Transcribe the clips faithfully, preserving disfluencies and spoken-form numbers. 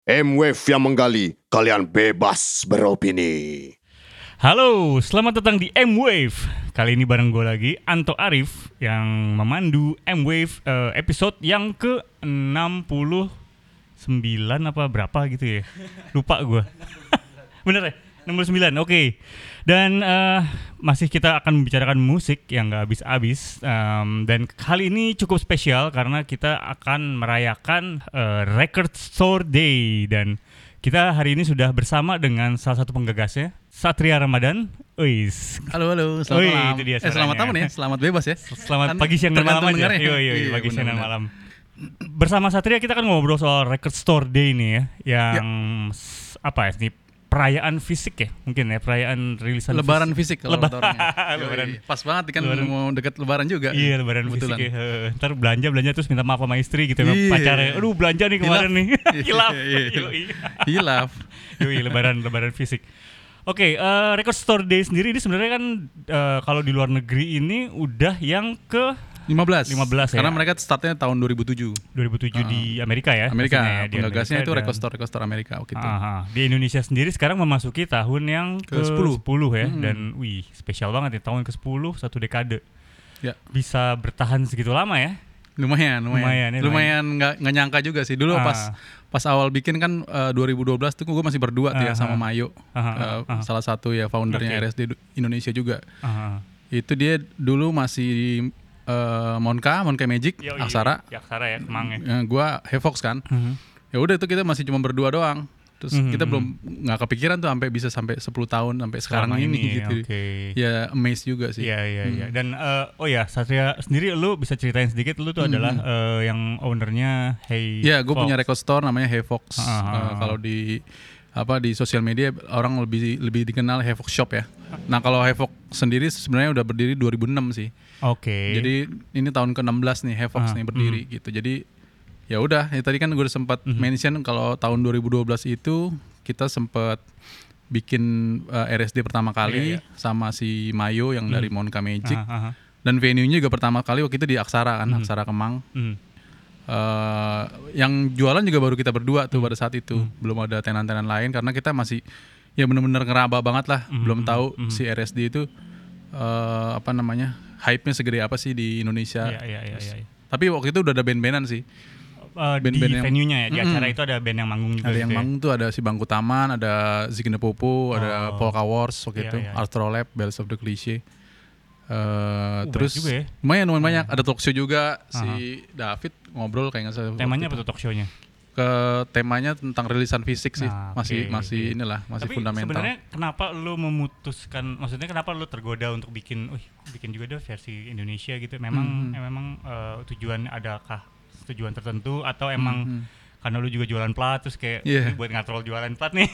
M-Wave yang menggali, kalian bebas beropini. Halo, selamat datang di M-Wave. Kali ini bareng gue lagi, Anto Arif, yang memandu M-Wave uh, episode yang ke enam puluh sembilan apa berapa gitu ya. Lupa gue. Bener ya? enam puluh sembilan, oke. Okay. Dan uh, masih kita akan membicarakan musik yang gak habis-habis. um, Dan kali ini cukup spesial karena kita akan merayakan uh, Record Store Day. Dan kita hari ini sudah bersama dengan salah satu penggagasnya, Satria Ramadan. Uis. Halo halo, selamat Ui, malam. Itu dia eh, selamat tahun ya, selamat bebas ya. Selamat Kan pagi, siang, dan malam aja. dengarnya. Yo, yo, Iya, pagi, bener, siang, dan bener. malam. Bersama Satria kita kan ngobrol soal Record Store Day ini ya, yang s- apa ya, ini perayaan fisik ya, mungkin ya, perayaan rilisan Lebaran fisik kalau Lebaran. kata orangnya. Lebaran. Yoi, pas banget kan Lebaran. mau deket lebaran juga. Iya, lebaran Kebetulan. fisik ya. Heeh. Ntar belanja belanja terus minta maaf sama istri gitu sama Iya. pacarnya. Aduh, belanja nih kemarin nih. Hilaf. Iya, iya. Yoi. Hilaf. Yoi, lebaran lebaran fisik. Oke, eh, Record Store Day sendiri ini sebenarnya kan eh, kalau di luar negeri ini udah yang ke lima belas. lima belas ya. Karena mereka startnya tahun dua ribu tujuh. dua ribu tujuh di Amerika ya. Amerika, maksudnya ya, di penggagasnya Amerika itu dan- Record Store Record Store Amerika waktu itu. Aha. Di Indonesia sendiri sekarang memasuki tahun yang ke Ke sepuluh. sepuluh ya. Mm-mm. Dan wih, spesial banget ya, tahun ke sepuluh, satu dekade. Ya. Bisa bertahan segitu lama ya. Lumayan, lumayan. Lumayan, ya, Lumayan nggak nggak nyangka juga sih. Dulu Ah. pas pas awal bikin kan eh, dua ribu dua belas tuh gue masih berdua tuh ya Aha. sama Mayo. Aha, Eh, aha. salah satu ya foundernya Oke. R S D du- Indonesia juga. Aha. Itu dia dulu masih di eh, Monka, Monka Magic, Yoi. Aksara. Ya, Aksara ya, Kemang ya. Eh, gua Hevox kan. Mhm. Ya udah itu kita masih cuma berdua doang. Terus Mhm, kita mhm. belum nggak kepikiran tuh sampai bisa sampai sepuluh tahun sampai sekarang Selama ini, ini, gitu. oke. Ya amazed juga sih. Iya iya iya. Hmm. Dan eh, oh ya, Satria sendiri lu bisa ceritain sedikit, lu tuh Hmm. adalah eh, yang ownernya Hey. Ya, gue Fox. punya record store namanya Hevox. Ah, ah, Eh, ah. kalau di apa di sosial media orang lebih lebih dikenal Hevox Shop ya. Nah, kalau Hevox sendiri sebenarnya udah berdiri dua ribu enam sih. Oke. Jadi ini tahun ke enam belas nih Ah, Hevox nih berdiri gitu. Jadi ya udah, ya tadi kan gue udah sempat Mhm. mention kalau tahun dua ribu dua belas itu kita sempat bikin uh, R S D pertama kali Iya, iya. sama si Mayo yang dari Monka Magic. Aha, aha. Dan venue-nya juga pertama kali waktu itu di Aksara kan, Mhm. Aksara Kemang. Mhm. Uh, yang jualan juga baru kita berdua tuh Hmm. pada saat itu. Belum ada tenan-tenan lain karena kita masih ya benar-benar ngeraba banget lah. Mhm, Belum mhm, tahu mhm. si R S D itu uh, apa namanya? Hype-nya segede apa sih di Indonesia. Iya iya iya iya. Tapi waktu itu udah ada band-bandan sih. Eh, di Band-band yang- venue-nya ya, di Mm-mm. acara itu ada band yang manggung juga. Ada gitu yang ya? manggung tuh ada si Bangku Taman, ada Zigine Popo, ada Oh. Polka Wars Iya, waktu itu, iya. Astrolab, Bells of the Cliche. Eh, Uh, terus banyak juga ya. lumayan lumayan banyak. Ada talk show juga si David ngobrol kayak nggak salah. Temanya apa waktu tuh talk show-nya? itu. Ke temanya tentang rilisan fisik sih, Nah, masih oke, masih oke. inilah masih Tapi fundamental. sebenarnya kenapa lu memutuskan, maksudnya kenapa lu tergoda untuk bikin, wih, bikin juga deh versi Indonesia gitu? Memang Mhm. eh, memang eh, tujuan adakah tujuan tertentu atau emang Mhm. karena lu juga jualan plat terus kayak Iya. "Wih, buat ngatrol jualan plat nih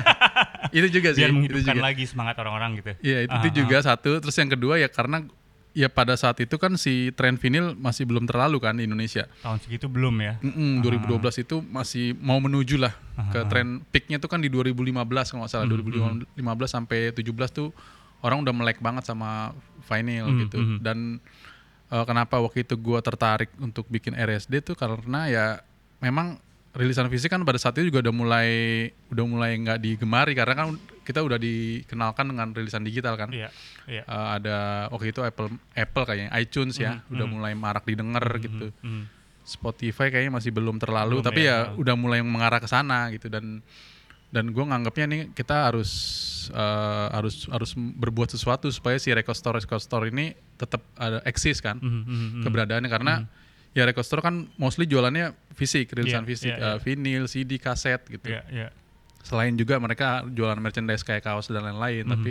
Itu juga sih. biar itu menghidupkan juga. lagi semangat orang-orang gitu. Iya itu, Ah, itu ah. juga satu. Terus yang kedua ya karena ya pada saat itu kan si tren vinil masih belum terlalu kan di Indonesia. Tahun segitu belum ya. Mm-mm, dua ribu dua belas itu masih mau menuju lah ke Aha. tren peaknya tuh kan di dua ribu lima belas kalau nggak salah. Mhm, dua ribu lima belas sampai tujuh belas tuh orang udah melek banget sama vinyl Mhm, gitu. mhm. Dan eh, kenapa waktu itu gua tertarik untuk bikin R S D tuh karena ya memang rilisan fisik kan pada saat itu juga udah mulai udah mulai nggak digemari karena kan kita udah dikenalkan dengan rilisan digital kan. Iya, iya. Eh, ada waktu itu Apple Apple kayaknya iTunes ya Mhm, udah mhm. mulai marak didengar gitu. Mhm. Spotify kayaknya masih belum terlalu, Belum tapi ya. ya udah mulai mengarah ke sana gitu. Dan dan gue nganggapnya nih kita harus eh, harus harus berbuat sesuatu supaya si record store record store ini tetap ada eksis kan Mhm, mhm, mhm. keberadaannya karena ya record store kan mostly jualannya fisik, rilisan Iya, fisik, iya, iya. eh, vinyl, C D, kaset gitu. Iya, iya. Selain juga mereka jualan merchandise kayak kaos dan lain-lain, Mhm. tapi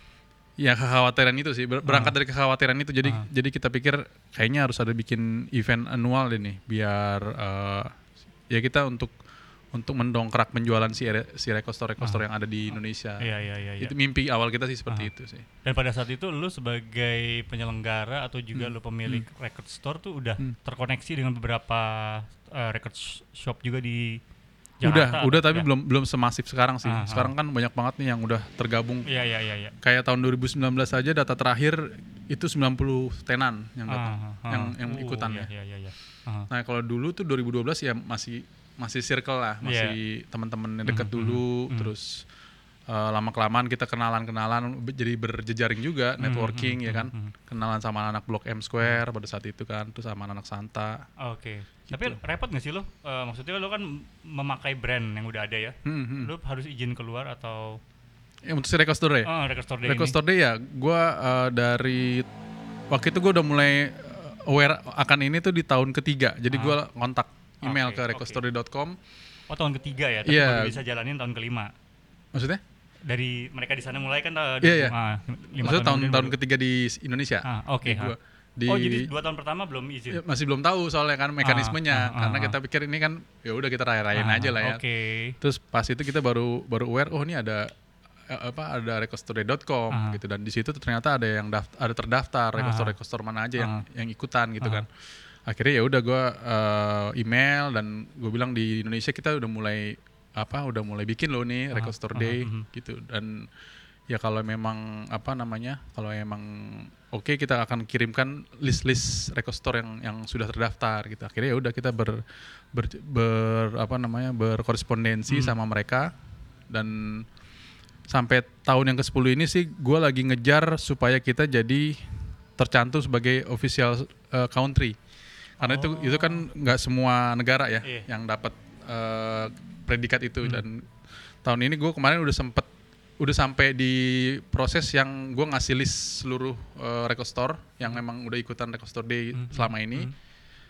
ya kekhawatiran itu sih ber- berangkat Ah. dari kekhawatiran itu jadi Ah. jadi kita pikir kayaknya harus ada bikin event annual deh nih biar eh, ya kita untuk untuk mendongkrak penjualan si re- si record store record store yang ada di Indonesia. Iya, iya, iya, iya. Itu mimpi awal kita sih seperti Ah. itu sih. Dan pada saat itu lu sebagai penyelenggara atau juga lu pemilik record store tuh udah Hmm. terkoneksi dengan beberapa eh, record sh- shop juga di Udah, Jakarta. udah atau tapi tidak? belum belum semasif sekarang sih. Ah, ah. Sekarang kan banyak banget nih yang udah tergabung. Iya, iya, iya, iya. Kayak tahun dua ribu sembilan belas aja data terakhir itu sembilan puluh tenan yang datang, Ah, ah, yang ah. yang Oh, ikutan iya, ya. iya, iya, iya. Ah. Nah, kalau dulu tuh dua ribu dua belas ya masih masih circle lah, masih yeah. teman-teman yang dekat Mhm, dulu, mhm. terus uh, lama kelamaan kita kenalan-kenalan, be- jadi berjejaring juga, networking Mhm, ya kan, mhm. kenalan sama anak Blok M Square pada saat itu kan, terus sama anak Santa. Oke. Gitu. Tapi repot nggak sih lo? Eh, maksudnya lo kan memakai brand yang udah ada ya. Hmm, hmm. Lo harus izin keluar atau Ya, untuk si Record Store Day, oh, record store day Record ini? Store Day ya, gue uh, dari waktu itu gue udah mulai uh, aware akan ini tuh di tahun ketiga, jadi gue kontak email Oke, ke record store day dot com. Oh, tahun ketiga ya, tapi Iya. baru bisa jalanin tahun kelima. Maksudnya? Dari mereka di sana mulai kan uh, Iya, iya. ah, lima Maksudnya tahun kemudian tahun baru- ketiga di Indonesia. Ah, oke. Di ha. gua. Di- Oh, jadi dua tahun pertama belum izin. Ya, masih belum tahu soalnya kan mekanismenya, Ah, ah, karena ah, kita pikir ini kan ya udah kita rayain Ah, aja lah ya. Oke. Terus pas itu kita baru baru aware, oh ini ada eh, apa ada record store day dot com Ah. gitu, dan di situ tuh ternyata ada yang daft, ada terdaftar record store record store mana aja yang Ah. yang ikutan gitu Ah. kan. Akhirnya ya udah gue email dan gue bilang di Indonesia kita udah mulai apa udah mulai bikin loh nih record store ah, day mhm. gitu, dan ya kalau memang apa namanya kalau emang oke kita akan kirimkan list-list record store yang yang sudah terdaftar gitu. Akhirnya ya udah kita ber, ber, ber apa namanya berkorespondensi Hmm. sama mereka, dan sampai tahun yang ke sepuluh ini sih gue lagi ngejar supaya kita jadi tercantum sebagai official uh, country, karena itu itu kan nggak semua negara ya Iya. yang dapat uh, predikat itu. Hmm. Dan tahun ini gue kemarin udah sempet udah sampai di proses yang gue ngasih list seluruh uh, record store yang memang udah ikutan record store day Hmm. selama ini. Hmm.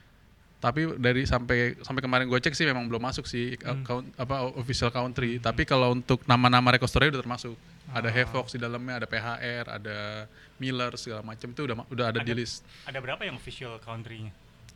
Tapi dari sampai sampai kemarin gue cek sih memang belum masuk sih Hmm. account, apa official country. Tapi kalau untuk nama-nama record store udah termasuk. Ada Ah. Havoc di dalamnya, ada P H R, ada Miller segala macam itu udah ma- udah ada, Ada- di list. Ada berapa yang official country-nya?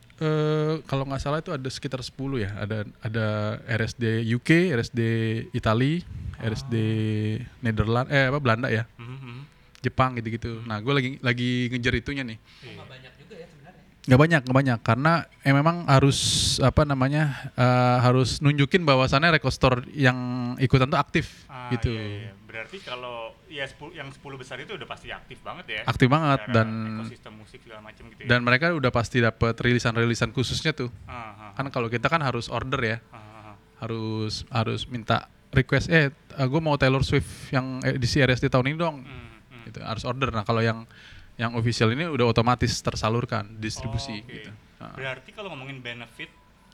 Eh kalau nggak salah itu ada sekitar sepuluh ya. Ada ada R S D U K, R S D Itali, R S D Nederland, eh apa Belanda ya, Mhm. Jepang gitu-gitu. Nah gue lagi lagi ngejar itunya nih. Iya. Nggak banyak, nggak banyak, karena eh, memang harus apa namanya eh, harus nunjukin bahwasannya record store yang ikutan tuh aktif Ah, gitu, iya, iya. Berarti kalau ya sepuluh, yang sepuluh besar itu udah pasti aktif banget ya. aktif banget, Secara dan ekosistem musik segala macam gitu ya. dan mereka udah pasti dapat rilisan-rilisan khususnya tuh. Ah, ah, Kan kalau kita kan harus order ya, ah, ah, ah. harus harus minta request, eh gue mau Taylor Swift yang edisi R S D tahun ini dong, Hmm, hmm. gitu, harus order. Nah kalau yang yang official ini udah otomatis tersalurkan distribusi Oh, oke. gitu. Ah. Berarti kalau ngomongin benefit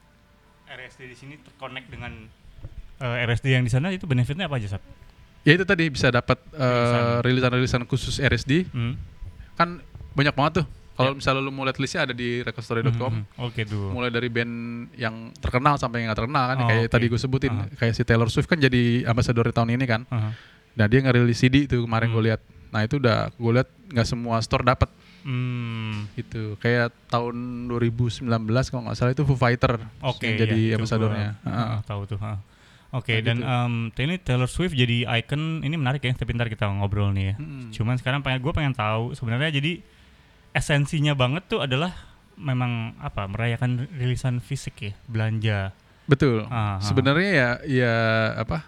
R S D di sini terkonek dengan eh, R S D yang di sana, itu benefitnya apa aja, Sat? Ya itu tadi bisa dapat eh, Rilisan. rilisan-rilisan khusus R S D. Hmm. Kan banyak banget tuh. Kalau Ya. misalnya lu mau lihat listnya ada di record store dot com. Hmm, hmm. Oke tuh. Mulai dari band yang terkenal sampai yang gak terkenal kan. Oh, kayak oke. tadi gue sebutin. Ah. Kayak si Taylor Swift kan jadi ambasador tahun ini kan. Ah. Nah dia ngerilis C D tuh kemarin Hmm. gue lihat. Nah itu udah gue lihat nggak semua store dapat Hmm. gitu. Kayak tahun dua ribu sembilan belas kalau nggak salah itu Foo Fighter Oke, yang ya, jadi itu ambasadornya. gua, Ah. ah, tahu tuh. ah. Oke, Nah, dan gitu. em, ini Taylor Swift jadi icon, ini menarik ya, tapi ntar kita ngobrol nih ya. Mm-mm. Cuman sekarang pengen gue pengen tahu sebenarnya jadi esensinya banget tuh adalah memang apa, merayakan rilisan fisik ya, belanja. Betul. Ah, ah. Sebenarnya ya ya apa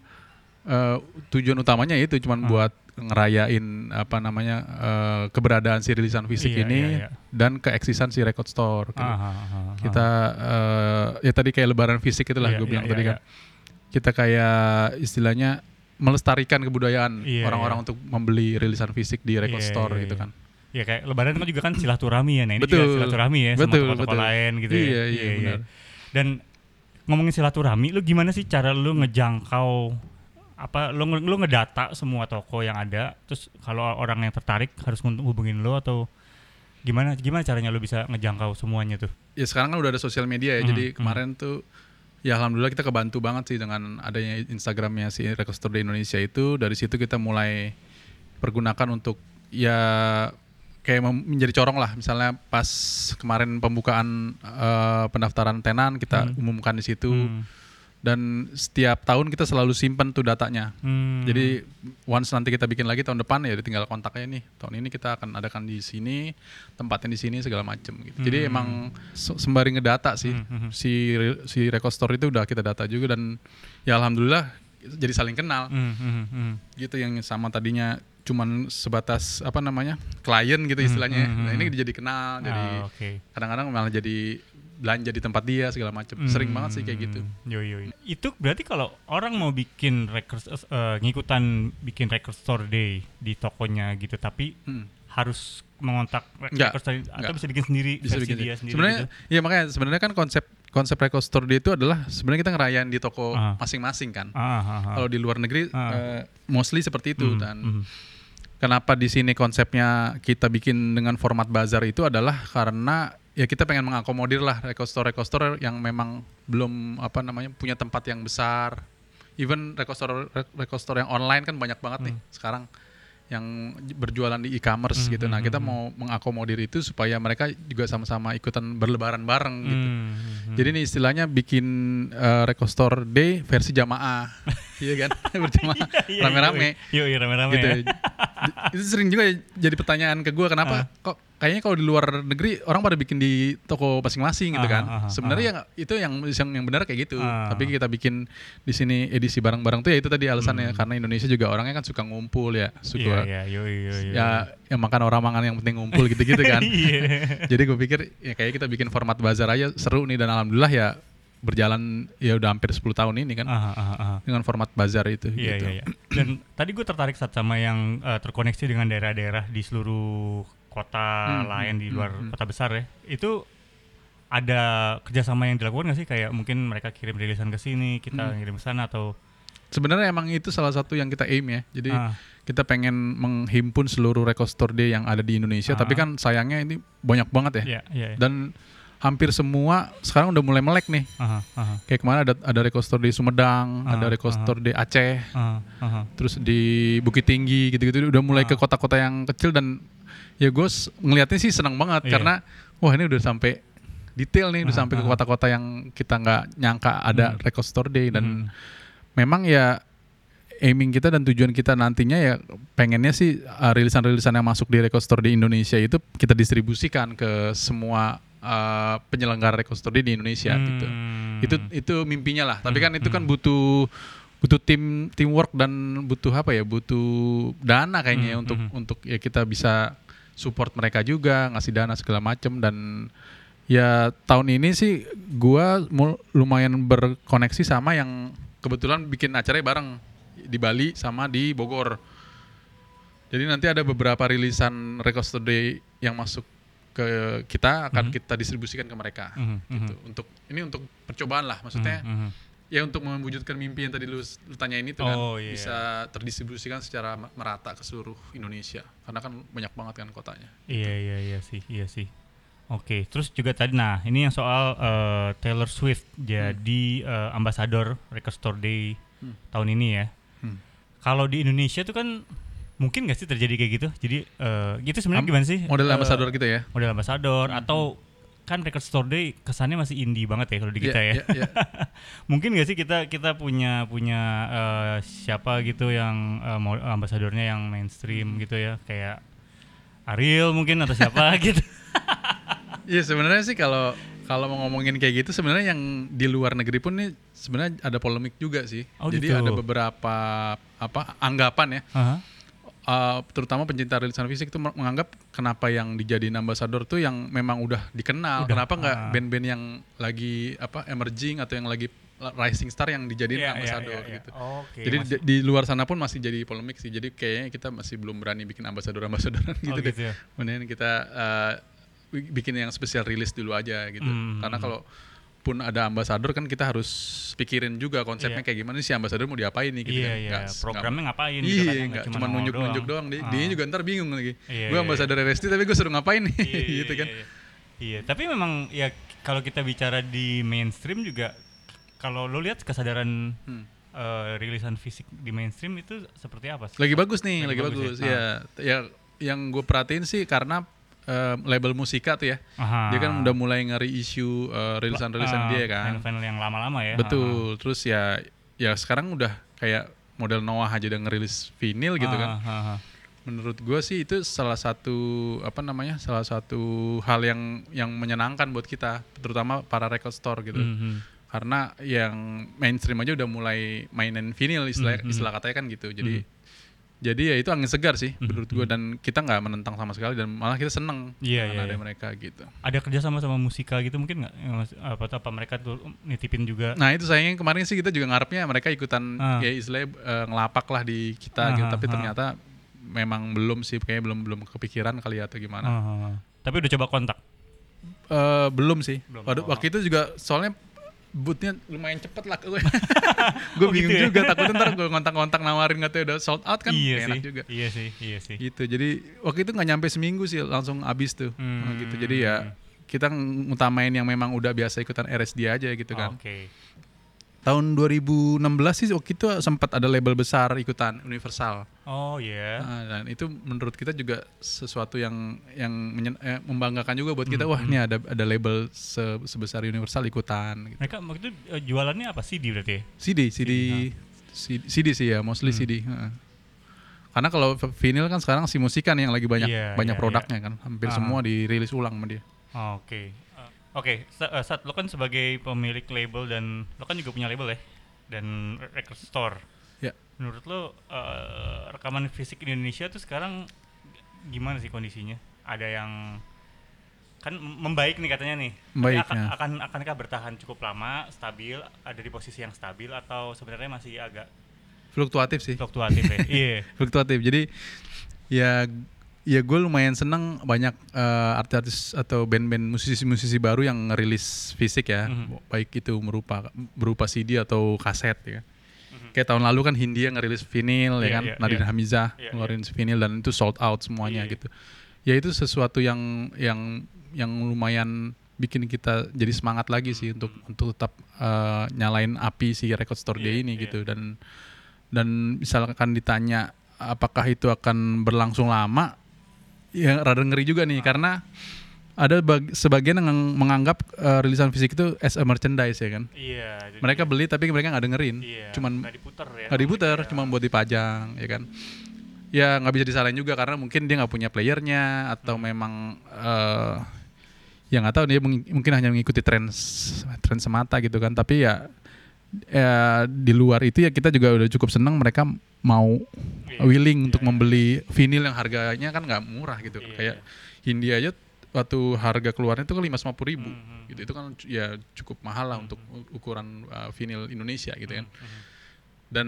eh, tujuan utamanya itu cuman Ah. buat ngerayain apa namanya eh, keberadaan si rilisan fisik Iya, ini iya, iya. dan keeksisan si record store. gitu. Ah, ah, ah, ah. Kita eh, ya tadi kayak lebaran fisik itulah Iya, gue bilang iya, tadi iya, kan. Kita kayak istilahnya melestarikan kebudayaan Iya, orang-orang iya. untuk membeli rilisan fisik di record Iya, store iya, gitu iya. kan. Ya kayak lebaran kan juga kan silaturahmi ya, nah ini Betul. juga silaturahmi ya Betul, sama toko-toko betul. lain gitu ya. Iya, iya, benar. Dan ngomongin silaturahmi, lu gimana sih cara lu ngejangkau apa lu nge- lu ngedata semua toko yang ada, terus kalau orang yang tertarik harus ngun- hubungin lu atau gimana gimana caranya lu bisa ngejangkau semuanya tuh? Ya sekarang kan udah ada sosial media ya, Mhm, jadi mhm. kemarin tuh ya alhamdulillah kita kebantu banget sih dengan adanya Instagramnya si Record Store di Indonesia itu. Dari situ kita mulai pergunakan untuk ya kayak mem- menjadi corong lah. Misalnya pas kemarin pembukaan eh, pendaftaran tenan kita Hmm. umumkan di situ, Hmm. dan setiap tahun kita selalu simpen tuh datanya. Hmm. Jadi once nanti kita bikin lagi tahun depan ya tinggal kontaknya nih. Tahun ini kita akan adakan di sini, tempatnya di sini segala macem gitu. Jadi Hmm. emang se- sembari ngedata sih. Hmm, hmm, hmm. Si re- si Record Store itu udah kita data juga, dan ya alhamdulillah jadi saling kenal. Hmm, hmm, hmm. Gitu, yang sama tadinya cuman sebatas apa namanya? klien gitu Hmm, istilahnya. hmm, Nah, hmm. ini jadi kenal. Jadi Ah, oke. kadang-kadang malah jadi belanja di tempat dia segala macam. Hmm. Sering banget sih kayak gitu. Yo yo. Itu berarti kalau orang mau bikin record uh, ngikutan bikin record store day di tokonya gitu, tapi Hmm. harus mengontak Enggak, record store atau enggak. bisa bikin sendiri Bisa versi bikin dia sendiri. sebenarnya gitu? ya makanya sebenarnya kan konsep konsep record store day itu adalah sebenarnya kita ngerayain di toko Ah. masing-masing kan. Ah, ah, ah. Kalau di luar negeri Ah. eh, mostly seperti itu. Hmm, Dan hmm. kenapa di sini konsepnya kita bikin dengan format bazar itu adalah karena ya kita pengen mengakomodir lah record store record store yang memang belum apa namanya punya tempat yang besar. Even record store record store yang online kan banyak banget nih sekarang yang berjualan di e-commerce Hmm, gitu. Nah, hmm, kita hmm. mau mengakomodir itu supaya mereka juga sama-sama ikutan berlebaran bareng gitu. Hmm, hmm. Jadi ini istilahnya bikin uh, record store day versi jamaah. Iya kan? Berjamaah Iya, rame-rame. Yo yo rame-rame. Gitu. Ya. Itu sering juga jadi pertanyaan ke gue, kenapa Ah. kok kayaknya kalau di luar negeri orang pada bikin di toko masing-masing gitu Ah, kan. ah, ah, Sebenarnya ah. yang itu yang yang yang benar kayak gitu. Ah. Tapi kita bikin di sini edisi bareng-bareng tuh ya itu tadi alasannya, Hmm. karena Indonesia juga orangnya kan suka ngumpul ya, suka Iya, iya, yo yo yo. ya yang makan orang makan yang penting ngumpul gitu-gitu kan. Iya. Jadi gue pikir ya kayak kita bikin format bazar aja seru nih, dan alhamdulillah ya berjalan ya udah hampir sepuluh tahun ini kan Ah, ah, ah. dengan format bazar itu Iya, gitu. iya, iya. Dan tadi gue tertarik saat sama yang uh, terkoneksi dengan daerah-daerah di seluruh kota Hmm, lain hmm, di luar hmm, hmm. kota besar ya. Itu ada kerjasama yang dilakukan nggak sih? Kayak mungkin mereka kirim rilisan ke sini, kita Hmm. ngirim ke sana atau Sebenarnya emang itu salah satu yang kita aim ya. Jadi Ah. kita pengen menghimpun seluruh record store day yang ada di Indonesia, Ah. tapi kan sayangnya ini banyak banget ya. Iya, iya. iya. Dan hampir semua sekarang udah mulai melek nih. Aha, aha, Kayak kemarin ada ada record store day Sumedang, Ah, ada record ah. store day Aceh, aha, aha. terus di Bukit Tinggi gitu-gitu udah mulai Ah. ke kota-kota yang kecil. Dan ya gue s- ngeliatnya sih senang banget Iya. karena wah ini udah sampai detail nih, udah Ah, sampai ke ah. kota-kota yang kita nggak nyangka ada Hmm. record store day. Dan Hmm. memang ya aiming kita dan tujuan kita nantinya ya pengennya sih uh, rilisan-rilisan yang masuk di record store di Indonesia itu kita distribusikan ke semua uh, penyelenggara record store di Indonesia gitu. Hmm. Itu itu mimpinya lah. Tapi kan Hmm, itu kan hmm. butuh butuh tim teamwork dan butuh apa ya? Butuh dana kayaknya ya Hmm, untuk hmm. untuk ya kita bisa support mereka juga, ngasih dana segala macem. Dan ya tahun ini sih gua mul- lumayan berkoneksi sama yang kebetulan bikin acaranya bareng di Bali sama di Bogor. Jadi nanti ada beberapa rilisan record store day yang masuk ke kita akan Mhm. kita distribusikan ke mereka. Mhm, Gitu. mhm. Untuk ini untuk percobaan lah, maksudnya Mhm, mhm. ya untuk mewujudkan mimpi yang tadi lu, lu tanyain itu kan Oh, iya. bisa terdistribusikan secara ma- merata ke seluruh Indonesia. Karena kan banyak banget kan kotanya. Iya, iya, iya sih, iya sih. Oke, terus juga tadi, nah ini yang soal uh, Taylor Swift jadi uh, ambasador Record Store Day Hmm. tahun ini ya. Hmm. Kalau di Indonesia tuh kan mungkin nggak sih terjadi kayak gitu? Jadi uh, gitu sebenarnya Am- gimana sih? Model Uh, ambasador kita ya. Model ambasador Hmm, atau kan Record Store Day kesannya masih indie banget ya kalau di kita Iya, ya. iya, iya. Mungkin nggak sih kita kita punya punya uh, siapa gitu yang uh, mau ambasadornya yang mainstream gitu ya, kayak Ariel mungkin atau siapa gitu. Iya sebenarnya sih kalau kalau mau ngomongin kayak gitu sebenarnya yang di luar negeri pun nih sebenarnya ada polemik juga sih. Oh, Jadi gitu. ada beberapa apa anggapan ya. Aha. Uh, terutama pencinta rilisan fisik itu menganggap kenapa yang dijadiin ambasador tuh yang memang udah dikenal. Udah, Kenapa nggak ah. band-band yang lagi apa emerging atau yang lagi rising star yang dijadiin Iya, iya, ambasador iya, iya. gitu. Oke, Jadi masih- di, di luar sana pun masih jadi polemik sih. Jadi kayaknya kita masih belum berani bikin ambasador-ambasadoran gitu, Oh, deh. gitu ya. Mendingan kita uh, bi- bikin yang spesial rilis dulu aja gitu. Hmm. Karena kalau pun ada ambasador kan kita harus pikirin juga konsepnya Iya. kayak gimana sih ambasador mau diapain nih gitu Iya, kan. iya. Nggak- Programnya ngapain gitu Iya, kan, nggak cuma cuma nongol nunjuk-nunjuk doang. doang. Dia, Ah. dia juga ntar bingung lagi. Iya, Gue iya, ambasador R S D tapi gue suruh ngapain nih Iya, iya, gitu kan. Iya, iya. Iya, tapi memang ya kalau kita bicara di mainstream juga, kalau lo lihat kesadaran Hmm. eh, rilisan fisik di mainstream itu seperti apa sih? Lagi bagus nih, Lagi lagi, bagus bagus. ya? Ya, ya yang gue perhatiin sih karena eh, label musika tuh ya. Aha. Dia kan udah mulai nge-reissue eh, rilisan-rilisan Ah, dia kan. Final-final yang lama-lama ya. Betul. Terus ya ya sekarang udah kayak model Noah aja udah ngerilis vinyl gitu kan. Ah, ah, ah. Menurut gue sih itu salah satu apa namanya? Salah satu hal yang yang menyenangkan buat kita, terutama para record store gitu. Mhm. Karena yang mainstream aja udah mulai mainin vinyl istilah Mhm. istilah katanya kan gitu. Jadi Jadi ya itu angin segar sih Hmm, menurut gue, dan kita nggak menentang sama sekali dan malah kita seneng Iya, dengan iya, ada iya. mereka gitu. Ada kerja sama sama musika gitu mungkin nggak? Ya, mas- Apa apa mereka tuh nitipin juga? Nah itu sayangnya kemarin sih kita juga ngarepnya mereka ikutan Ah. ya istilahnya eh, ngelapak lah di kita gitu, Ah, tapi ah, ternyata memang belum sih, kayaknya belum belum kepikiran kali ya atau gimana. Ah, tapi udah coba kontak. Eh, belum sih. Belum. Waduh, Oh. waktu itu juga soalnya bootnya lumayan cepet lah gue. Gue Oh, bingung gitu ya? juga, takutnya ntar gue ngontak-ngontak nawarin katanya udah sold out kan, Iya gak sih. enak juga. Iya sih, iya sih. Gitu. Jadi waktu itu nggak nyampe seminggu sih langsung abis tuh. Hmm. Nah, gitu. Jadi ya kita ngutamain yang memang udah biasa ikutan R S D aja gitu kan. Oke. Tahun dua ribu enam belas sih waktu itu sempat ada label besar ikutan, Universal. Oh iya. Nah, dan itu menurut kita juga sesuatu yang yang menyen- eh, membanggakan juga buat kita. Hmm, Wah, ini ada ada label se- sebesar Universal ikutan gitu. Mereka waktu itu eh, jualannya apa C D berarti ya? C D, C D, C D, C D sih ya, mostly Hmm. C D. Heeh. Karena kalau v- vinyl kan sekarang si musikan yang lagi banyak Iya, banyak iya, produknya kan, hampir Ah. semua dirilis ulang sama dia. Oke. Eh, Oke, Sa- eh, Sat, lo kan sebagai pemilik label dan lo kan juga punya label ya dan re- record store. Ya. Menurut lo eh, rekaman fisik di Indonesia tuh sekarang gimana sih kondisinya? Ada yang kan mem- membaik nih katanya nih. Tapi Membaik, akan, ya. akan akankah bertahan cukup lama, stabil, ada di posisi yang stabil atau sebenarnya masih agak Fluktuatif sih. fluktuatif ya? Iya. Fluktuatif. Jadi ya ya gue lumayan seneng banyak eh, artis atau band-band musisi-musisi baru yang ngerilis fisik ya, Mhm. baik itu berupa berupa C D atau kaset ya. Mhm. Kayak tahun lalu kan Hindia ngerilis vinil ya Iya, kan, iya, Nadine iya. Hamizah Iya, ngeluarin vinil dan itu sold out semuanya Iya. gitu. Ya itu sesuatu yang yang yang lumayan bikin kita jadi semangat lagi sih untuk untuk tetap eh, nyalain api si Record Store Day Iya, ini iya. gitu. Dan dan misalkan ditanya apakah itu akan berlangsung lama, ya rada ngeri juga nih, karena ada bag- sebagian yang menganggap eh, rilisan fisik itu as a merchandise ya kan. Iya. jadi- Mereka beli tapi mereka nggak dengerin, Iya, cuman nggak diputer ya. nggak diputer, Iya. cuma buat dipajang ya kan. Ya nggak bisa disalahin juga karena mungkin dia nggak punya playernya atau Hmm. memang eh ya nggak tahu, dia mung- mungkin hanya mengikuti tren s- tren semata gitu kan. Tapi ya ya di luar itu ya kita juga udah cukup senang mereka mau Iya, willing iya, untuk iya. membeli vinil yang harganya kan nggak murah gitu. Iya, Kayak iya. Hindia aja waktu harga keluarnya itu kan lima ratus lima puluh ribu Mhm. gitu. Itu kan c- ya cukup mahal lah untuk ukuran uh, vinil Indonesia gitu kan. Mhm. Dan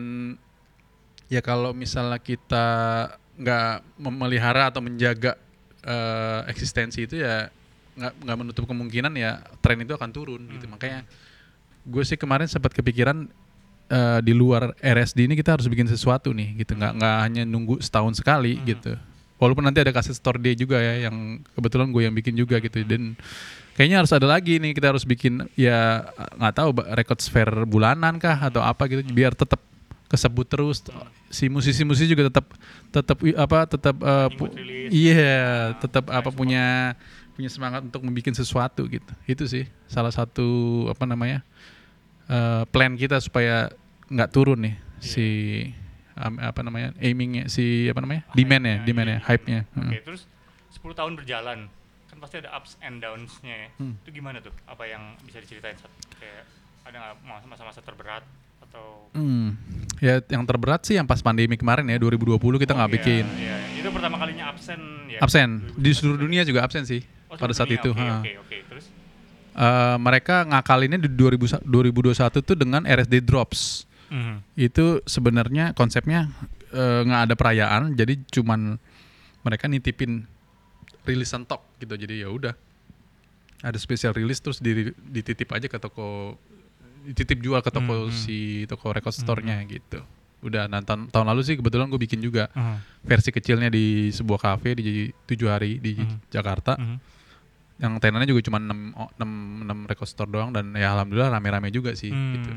ya kalau misalnya kita nggak memelihara atau menjaga uh, eksistensi itu ya nggak nggak menutup kemungkinan ya tren itu akan turun gitu. Hmm. Makanya gue sih kemarin sempat kepikiran uh, di luar R S D ini kita harus bikin sesuatu nih gitu, nggak nggak hanya nunggu setahun sekali Hmm. gitu. Walaupun nanti ada kaset store day juga ya yang kebetulan gue yang bikin juga gitu, dan kayaknya harus ada lagi nih, kita harus bikin ya nggak tahu ba- record fair bulanan kah atau apa gitu biar tetap kesebut terus, si musisi-musisi juga tetap tetap i- apa tetap uh, pu- Ikut rilis. iya tetap apa ekspor. punya punya semangat untuk membuat sesuatu gitu. Itu sih salah satu apa namanya uh, plan kita supaya nggak turun nih si um, apa namanya aimingnya si apa namanya demand-nya Hype-nya, demand-nya iya, hype-nya. Oke, Heeh. terus sepuluh tahun berjalan, kan pasti ada ups and downs-nya ya. Hmm. Itu gimana tuh? Apa yang bisa diceritain? Sat? Kayak ada nggak mas- masa-masa terberat atau Hmm. Ya yang terberat sih yang pas pandemi kemarin ya dua ribu dua puluh kita Oh, nggak iya, bikin. iya. Itu pertama kalinya absen ya. Absen di dua ribu seluruh dunia juga absen sih Oh, pada seluruh saat dunia. itu. Oke, ha. oke, oke. Terus Eh, mereka ngakalinnya di dua ribu dua ribu dua puluh satu tuh dengan R S D Drops. Mhm. Itu sebenarnya konsepnya eh, nggak ada perayaan, jadi cuman mereka nitipin rilisan tok gitu. Jadi ya udah ada special release terus di, dititip aja ke toko, dititip jual ke toko Hmm, hmm. si toko record store-nya gitu. Udah, nah, tahun, tahun lalu sih kebetulan gue bikin juga Mhm. versi kecilnya di sebuah kafe di tujuh hari di Hmm. Jakarta. Mhm. Yang tenannya juga cuma enam, enam, enam record store doang, dan ya alhamdulillah rame-rame juga sih Hmm. gitu.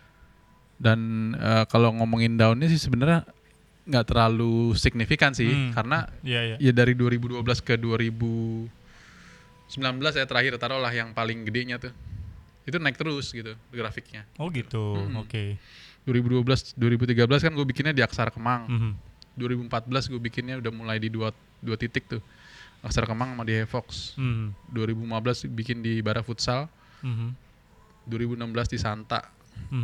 Dan eh, kalau ngomongin downnya sih sebenarnya nggak terlalu signifikan sih, Hmm. karena Iya, iya. ya dari dua ribu dua belas ke dua ribu sembilan belas ya terakhir taruhlah yang paling gedenya tuh, itu naik terus gitu grafiknya. Oh gitu. Hmm. Oke. dua ribu dua belas dua ribu tiga belas kan gue bikinnya di Aksara Kemang. Mhm. dua ribu empat belas gue bikinnya udah mulai di dua dua titik tuh, Aksara Kemang sama di Hevox. Mhm. dua ribu lima belas bikin di Bara Futsal, Mhm. dua ribu enam belas di Santa, Mhm.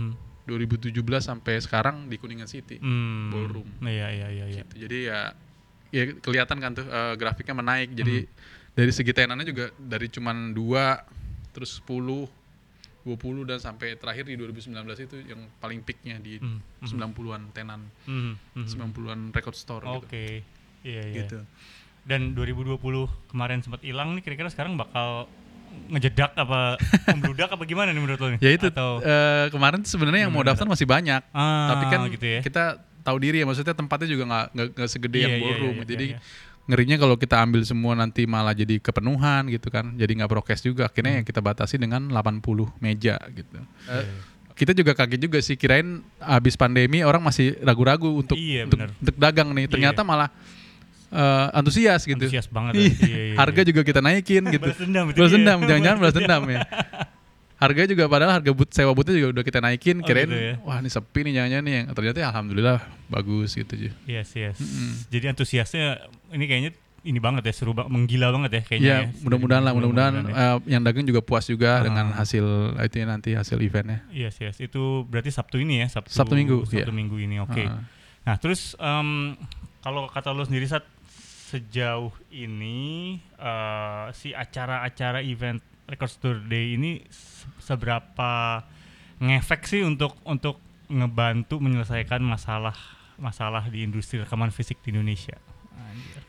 dua ribu tujuh belas sampai sekarang di Kuningan City Hmm. ballroom. Iya iya iya iya. Gitu. Jadi ya ya kelihatan kan tuh uh, grafiknya menaik. Jadi hmm. dari segi tenannya juga dari cuman dua terus sepuluh dua puluh dan sampai terakhir di dua ribu sembilan belas itu yang paling peaknya di hmm. sembilan puluhan tenan. Hmm. Hmm. sembilan puluhan record store gitu. Oke. Okay. Iya iya. Gitu. Dan dua ribu dua puluh kemarin sempat hilang nih, kira-kira sekarang bakal ngejedak apa membludak apa gimana nih menurut lo nih? Ya itu Atau uh, kemarin sebenarnya yang mau daftar masih banyak. Ah, tapi kan gitu ya? Kita tahu diri ya, maksudnya tempatnya juga nggak nggak segede yeah, yang ballroom. Yeah, yeah, Jadi yeah, yeah. ngerinya kalau kita ambil semua nanti malah jadi kepenuhan gitu kan, jadi nggak prokes juga. Akhirnya hmm. ya kita batasi dengan delapan puluh meja gitu. Yeah. Uh, kita juga kaget juga sih, kirain habis pandemi orang masih ragu-ragu untuk iya, untuk, untuk dagang nih. Ternyata yeah. malah uh, antusias gitu. Antusias banget. Iya. Iya, iya, harga iya. juga kita naikin gitu. Balas dendam, balas dendam, jangan-jangan balas dendam ya. Harga juga padahal harga but sewa butnya juga udah kita naikin, kirain oh, gitu ya? Wah ini sepi nih jangan-jangan nih, yang ternyata ya alhamdulillah bagus gitu aja. Yes yes. Mm-hmm. Jadi antusiasnya ini kayaknya ini banget ya, seru banget, menggila banget ya kayaknya. Ya, ya. mudah-mudahan lah, mudah-mudahan, mudah-mudahan uh, yang dagang juga puas juga uh. dengan hasil itu ya, nanti hasil eventnya. Yes yes. Itu berarti Sabtu ini ya, Sabtu Sabtu Minggu. Sabtu yeah. Minggu ini, oke. Okay. Uh. Nah terus um, kalau kata lo sendiri saat sejauh ini uh, si acara-acara event Record Store Day ini seberapa ngefek sih untuk untuk ngebantu menyelesaikan masalah masalah di industri rekaman fisik di Indonesia? Anjir.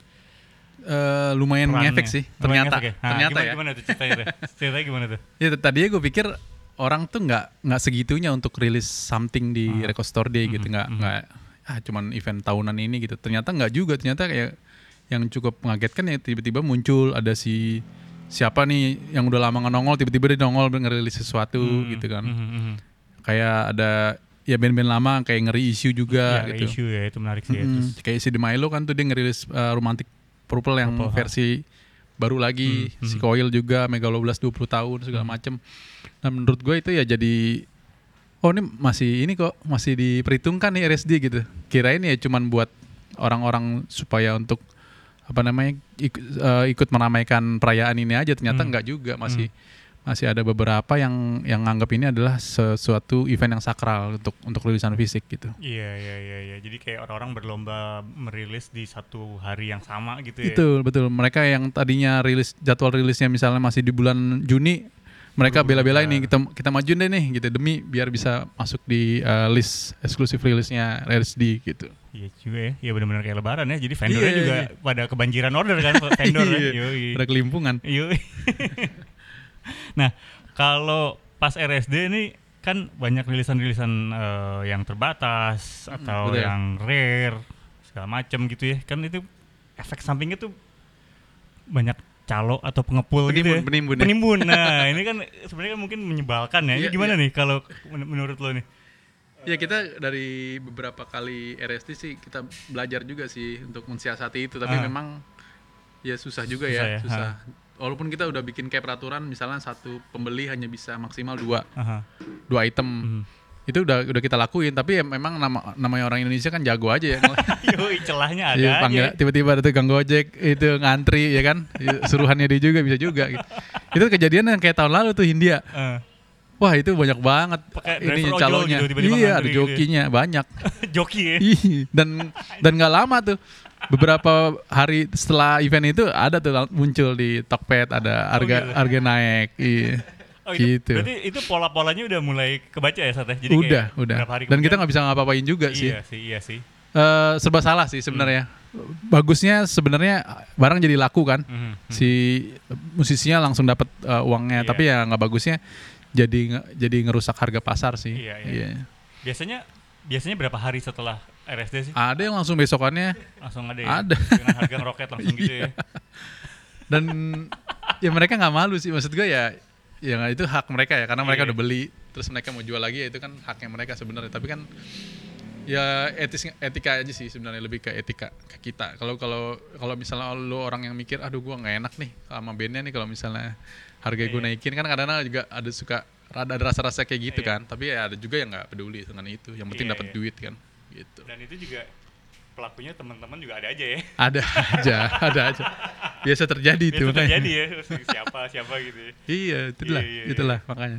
Uh, lumayan Perannya. ngefek sih Lumayan ternyata. ngefek ya? Nah, ternyata gimana, ya. Gimana tuh ceritanya tuh? Ceritanya gimana tuh? Ya tadinya gue pikir orang tuh nggak nggak segitunya untuk rilis something di uh. Record Store Day gitu, nggak mm-hmm. nggak ah cuman event tahunan ini gitu. Ternyata nggak juga. Ternyata kayak yang cukup mengagetkan ya tiba-tiba muncul ada si siapa nih yang udah lama nggak nongol, tiba-tiba dia nongol ngerilis sesuatu hmm, gitu kan. Hmm, hmm. Kayak ada ya band-band lama kayak ngeri Issue juga ya, gitu. Issue ya, itu menarik sih. Hmm, ya, kayak si The Milo kan tuh dia ngerilis uh, Romantic Purple yang Purple, versi ha? baru lagi. Hmm, si hmm. Coil juga Megaloblast dua puluh tahun segala hmm. macem. Nah menurut gue itu ya jadi oh ini masih ini kok masih diperhitungkan nih R S D gitu. Kirain ya cuman buat orang-orang supaya untuk apa namanya ikut, uh, ikut meramaikan perayaan ini aja, ternyata hmm. enggak juga, masih hmm. masih ada beberapa yang yang nganggap ini adalah sesuatu event yang sakral untuk untuk rilisan fisik gitu. Iya iya iya iya. Jadi kayak orang-orang berlomba merilis di satu hari yang sama gitu ya. Betul betul. Mereka yang tadinya rilis jadwal rilisnya misalnya masih di bulan Juni, mereka uh, bela-belain nih kita kita majuin deh nih gitu demi biar bisa masuk di uh, list eksklusif rilisnya R S D gitu. Iya juga ya, ya benar-benar kayak lebaran ya. Jadi vendornya iya, juga iya. pada kebanjiran order kan vendor iya, ya. Yoi. Pada kelimpungan. Yoi. Nah, kalau pas R S D ini kan banyak rilisan-rilisan uh, yang terbatas hmm, atau betul. Yang rare segala macam gitu ya. Kan itu efek sampingnya tuh banyak calo atau pengepul penimbun, gitu ya. Penimbun, penimbun. Nah, ini kan sebenarnya kan mungkin menyebalkan ya. Ini gimana iya. nih kalau men- menurut lo nih? Ya kita dari beberapa kali R S D sih kita belajar juga sih untuk mensiasati itu, tapi ah. memang ya susah juga susah ya, ya, susah. Ha. Walaupun kita udah bikin kayak peraturan, misalnya satu pembeli hanya bisa maksimal dua, Aha. dua item, mm. itu udah udah kita lakuin. Tapi ya memang nama namanya orang Indonesia kan jago aja ya. Yoi, celahnya ada ya, panggil, aja. Tiba-tiba ada tukang gojek itu ngantri ya kan, suruhannya dia juga bisa juga. Gitu. Itu kejadian yang kayak tahun lalu tuh Hindia. Uh. Wah itu banyak banget pake ini calonnya, gitu, tiba-tiba iya ada jokinya gitu ya. Banyak. Joki ya. dan dan nggak lama tuh, beberapa hari setelah event itu ada tuh muncul di Tokped ada harga oh, gitu. harga naik, iya. Oh, itu, gitu. Berarti itu pola-polanya udah mulai kebaca ya Sat? Jadi udah, kayak udah. Hari dan kita nggak bisa ngapa-ngapain juga iya sih. Iya sih, iya sih. Uh, serba salah sih sebenarnya. Hmm. Bagusnya sebenarnya barang jadi laku kan, hmm. Hmm. si musisinya langsung dapat uh, uangnya, iya. Tapi ya nggak bagusnya. Jadi jadi ngerusak harga pasar sih. Iya, iya. Iya. Biasanya biasanya berapa hari setelah R S D sih? Ada yang langsung besokannya. Langsung ada ya. Ada. Dengan harga ngeroket langsung gitu ya. Dan ya mereka nggak malu sih, maksud gue ya, ya itu hak mereka ya, karena mereka iya. udah beli, terus mereka mau jual lagi ya itu kan haknya mereka sebenarnya. Tapi kan ya etis etika aja sih sebenarnya, lebih ke etika ke kita. Kalau kalau kalau misalnya lo orang yang mikir, aduh gue nggak enak nih sama bandnya nih kalau misalnya harga gue naikin, kan kadang-kadang juga ada suka ada rasa-rasa kayak gitu iya. kan. Tapi ya ada juga yang nggak peduli dengan itu, yang penting iya, dapat iya. duit kan gitu. Dan itu juga pelakunya teman-teman juga ada aja ya. Ada aja, ada aja. Biasa terjadi itu. Biasa terjadi ya, siapa siapa gitu ya. Iya, itulah, iya, iya, itulah iya. makanya.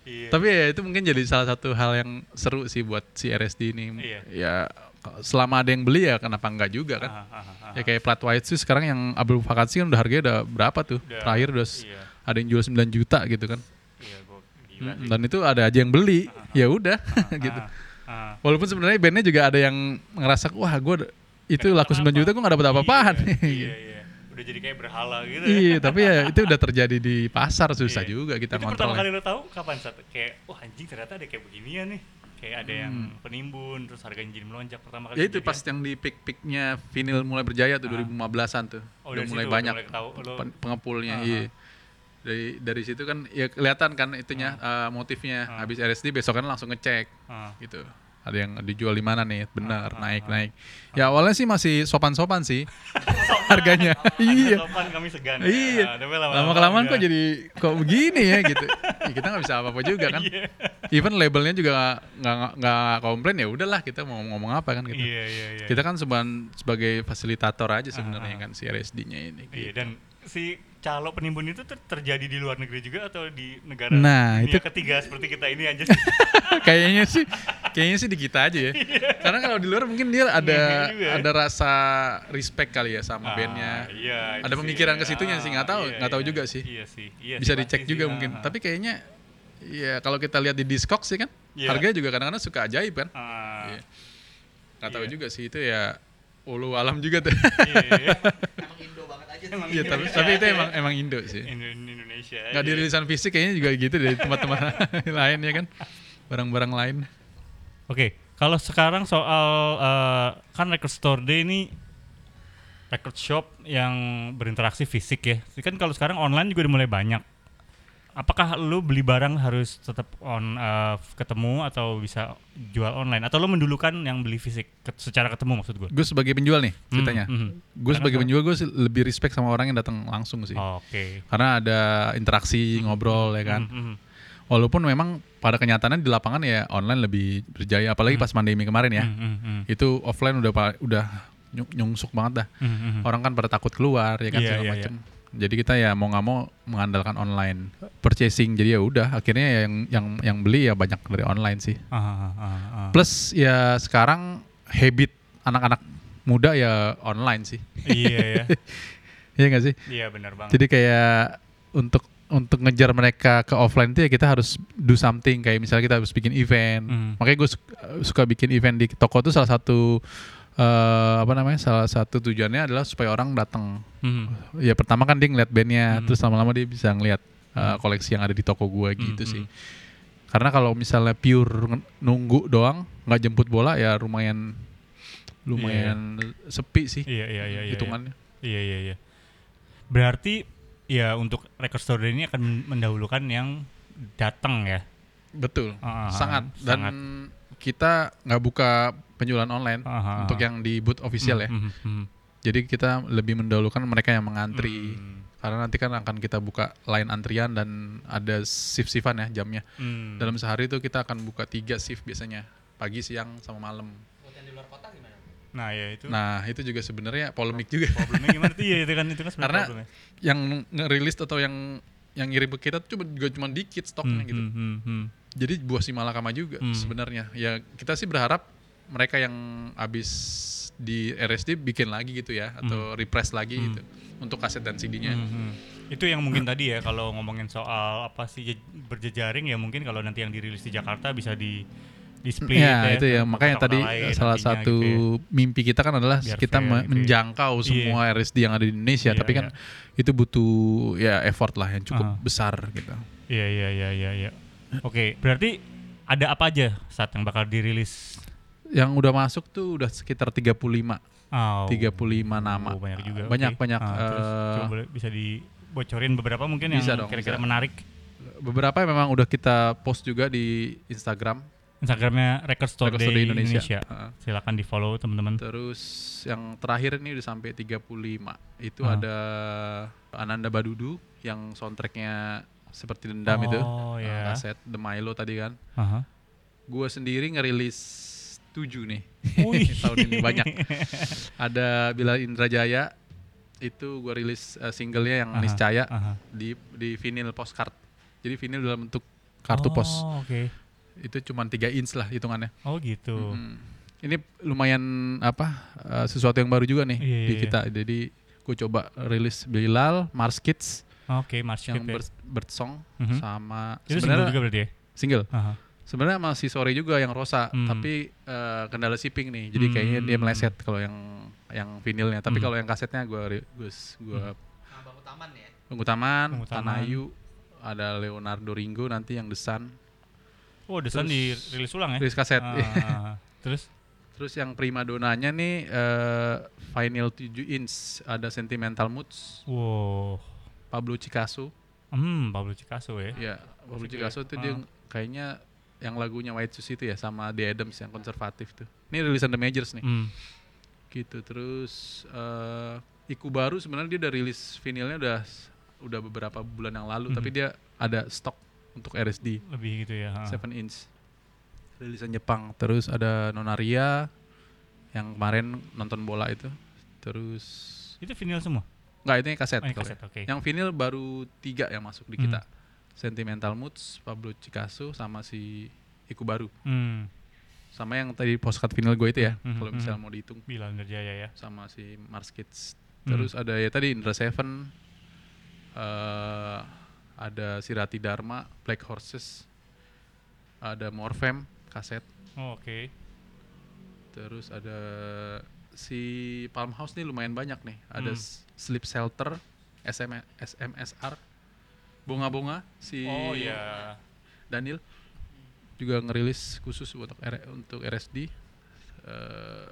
Iya. Tapi ya itu mungkin jadi salah satu hal yang seru sih buat si R S D ini. Iya. Ya selama ada yang beli ya kenapa enggak juga kan. Ah, ah, ah, Ya kayak plat white sih sekarang yang Abdul Vakansi kan udah harganya udah berapa tuh? Udah, Terakhir udah s- iya. ada yang jual sembilan juta gitu kan. Iya, gua gila Mm, sih. Dan itu ada aja yang beli. Ya udah gitu. Ah, ah. Walaupun sebenarnya bandnya juga ada yang ngerasa wah gue itu Nggak laku dapat sembilan juta gue gak dapet apa-apaan. Iya, iya, iya. Udah jadi kayak berhala gitu ya. Iya, tapi ya itu udah terjadi di pasar, susah Iya. juga kita Itu pertama kali ngontrolnya. lo tahu kapan saat kayak wah anjing ternyata ada kayak beginian nih. Kayak ada yang penimbun terus harganya jadi melonjak pertama kali. Hmm. Ya itu kejadian. pas yang di peak-peaknya vinyl mulai berjaya tuh Ah. dua ribu lima belasan tuh. Oh, udah dari mulai situ banyak udah mulai tahu lo. pen- pengepulnya, Ah, iya. Dari dari situ kan ya kelihatan kan itunya eh, motifnya. Ah. Habis R S D besok kan langsung ngecek Ah. gitu. Ada yang dijual di mana nih? Benar, Ah, ah, naik ah. naik. Ya awalnya sih masih sopan-sopan sih harganya. Iya. Sopan kami segan. Iya. Ya. Tapi Lama kelamaan kok jadi kok begini ya gitu. Ya, kita nggak bisa apa-apa juga kan. Iya. Even labelnya juga nggak nggak nggak komplain, ya udahlah kita mau ngomong apa kan gitu. Iya, iya, iya. Kita kan cuman sebagai fasilitator aja sebenarnya Ah. kan si R S D-nya ini. Iya, Gitu. dan si calo penimbun itu ter- terjadi di luar negeri juga atau di negara Nah, dunia itu- ketiga seperti kita ini aja. kayaknya sih kayaknya sih di kita aja ya. Karena kalau di luar mungkin dia ada Iya juga ya. ada rasa respect kali ya sama Ah, bandnya. iya, itu Ada sih. pemikiran ke situnya sih, nggak tahu, Iya, nggak tahu iya. juga sih. Iya sih. Iya Bisa sih, dicek pasti juga sih. mungkin. Ah, Tapi kayaknya ya kalau kita lihat di Discogs sih kan, Iya. harganya juga kadang-kadang suka ajaib kan. ah, Iya. Nggak tahu Iya. juga sih itu ya ulu alam juga tuh. iya. Emang Indo banget aja Emang Iya, tapi Indonesia tapi itu aja emang ya. emang Indo sih. Indo- Indonesia. Nggak aja. di rilisan fisik kayaknya juga gitu deh tempat-tempat lain ya kan. Barang-barang lain. Oke, kalau sekarang soal eh, kan record store day ini record shop yang berinteraksi fisik ya. Jadi kan kalau sekarang online juga udah mulai banyak. Apakah lu beli barang harus tetap on eh, ketemu atau bisa jual online atau lu mendulukan yang beli fisik ke- secara ketemu maksud gue? Gue sebagai penjual nih ceritanya. Hmm, hmm. Gue sebagai Karena- penjual gue lebih respect sama orang yang datang langsung sih. Oke. Karena ada interaksi, ngobrol ya kan. Hmm, hmm, hmm. Walaupun memang pada kenyataannya di lapangan ya online lebih berjaya, apalagi pas pandemi kemarin ya. Hmm, hmm, hmm. Itu offline udah pa- udah nyung- nyungsuk banget dah. Hmm, hmm, hmm. Orang kan pada takut keluar ya kan Iya, segala iya, macam. Jadi kita ya mau nggak mau mengandalkan online purchasing. Jadi ya udah akhirnya yang yang yang beli ya banyak dari online sih. Ah, ah, ah, ah. Plus ya sekarang habit anak-anak muda ya online sih. Iya ya. Iya nggak sih? Iya benar banget. Jadi kayak untuk untuk ngejar mereka ke offline itu ya kita harus do something, kayak misalnya kita harus bikin event. Hmm. Makanya gue suka, suka bikin event di toko tuh salah satu eh, apa namanya salah satu tujuannya adalah supaya orang datang. Hmm. Ya pertama kan dia ngeliat bandnya, Hmm. terus lama-lama dia bisa ngeliat eh, koleksi yang ada di toko gue gitu Hmm, sih. hmm. Karena kalau misalnya pure nge- nunggu doang, nggak jemput bola ya lumayan lumayan sepi sih Iya iya iya iya. hitungannya. Iya iya iya. Berarti ya untuk record store day ini akan mendahulukan yang datang ya. Betul, Ah, sangat. Dan sangat. kita nggak buka penjualan online Ah, untuk yang di booth official ya. Hmm, hmm, hmm. Jadi kita lebih mendahulukan mereka yang mengantri. Hmm. Karena nanti kan akan kita buka line antrian dan ada shift-shiftan ya jamnya. Hmm. Dalam sehari itu kita akan buka tiga shift biasanya, pagi, siang, sama malam. Buat yang di luar kota gimana? Nah ya itu Nah itu juga sebenarnya polemik juga. problemnya gimana tuh? Iya itu kan itu kan sebenarnya Karena problemnya. yang ngerilis atau yang yang ngirim ke kita tuh cuma juga cuma dikit stoknya Hmm, gitu. hmm, hmm, hmm. Jadi buah si malakama juga Hmm. sebenarnya. Ya kita sih berharap mereka yang habis di R S D bikin lagi gitu ya, atau repress lagi Hmm. gitu untuk kaset dan C D-nya. Hmm, hmm. Itu yang mungkin tadi ya kalau ngomongin soal apa sih je- berjejaring ya mungkin kalau nanti yang dirilis di Jakarta bisa di di split Ya, itu ya ke makanya kota-kota tadi lain salah nantinya satu gitu ya. mimpi kita kan adalah Biar kita fair me- gitu ya. menjangkau Iya. semua R S D yang ada di Indonesia, Iya, tapi kan iya. itu butuh ya effort lah yang cukup Ah. besar gitu. Iya iya iya iya iya. Oke, berarti ada apa aja saat yang bakal dirilis? Yang udah masuk tuh udah sekitar tiga puluh lima Oh, tiga puluh lima nama. oh, banyak juga. Banyak oke. banyak Ah, terus eh, coba boleh bisa dibocorin beberapa mungkin Bisa yang dong, kira-kira bisa. menarik. beberapa memang udah kita post juga di Instagram. Instagramnya Record Store Record Day Store Day Indonesia. Indonesia. Heeh. Silakan di follow teman-teman. Terus yang terakhir ini udah sampai tiga puluh lima. Itu Ah. ada Ananda Badudu yang soundtracknya seperti dendam itu. Oh, eh, ya. Kaset The Milo tadi kan. Aha. Gua sendiri ngerilis tujuh nih. Wih. Tahun ini banyak. Ada Bilal Indrajaya itu gua rilis eh, singlenya yang Aha, Niscaya aha. di di vinyl postcard. Jadi vinyl dalam bentuk kartu oh, pos. Oke. Itu cuma tiga inch lah hitungannya. Oh gitu. Hmm. Ini lumayan apa uh, sesuatu yang baru juga nih Iya, di iya, kita. Jadi gue coba rilis Bilal, Mars Kids Oke, Mars yang Kid ya. bird, bird song Mhm. sama Itu single sebenarnya juga berarti ya? single. Aha. Sebenarnya masih sore juga yang Rosa, Hmm. tapi uh, kendala shipping nih. Jadi Hmm. kayaknya dia meleset kalau yang yang vinilnya. Tapi Hmm. kalau yang kasetnya gue gue gue Nah, Bang Utaman ya. Tunggu Taman, Tunggu Taman. Tanayu, ada Leonardo Ringo nanti yang The Sun. Oh, desain Terus- dirilis ulang ya? Rilis kaset. Ah, terus? Terus yang prima donanya nih uh, vinyl tujuh inch, ada Sentimental Moods, Wow. Pablo Picasso. Hmm, Pablo Picasso ya? Ya, Pablo Asik Picasso ya. tuh dia Ah. kayaknya yang lagunya White Shoes itu ya sama The Adams yang konservatif tuh. Ini rilisan The Majors nih. Hmm. Gitu. Terus uh, Iku baru sebenarnya dia udah rilis vinilnya udah udah beberapa bulan yang lalu, Mhm. tapi dia ada stok untuk R S D Lebih gitu ya? Ah. tujuh inch. Rilisan Jepang. Terus ada Nonaria yang kemarin nonton bola itu. Terus Itu vinyl semua? enggak, itu yang kaset. Oh, ini kalau kaset, ya. oke. Yang vinyl baru tiga yang masuk di Hmm. kita. Sentimental Moods, Pablo Picasso sama si Iku baru. Hmm. Sama yang tadi postcard vinyl gue itu ya, Mhm, kalau mhm. misalnya mau dihitung. Bilal Ngerjaya ya? Sama si Mars Kids. Hmm. Terus ada ya tadi Indra Seven, eh ada Sirati Dharma, Black Horses, ada Morfem kaset. Oh, oke. Terus ada si Palm House nih lumayan banyak nih. Ada Hmm. S- Sleep Shelter, S M S M S R, Bunga-bunga si Oh iya. Daniel juga ngerilis khusus untuk R- untuk R S D. Eh,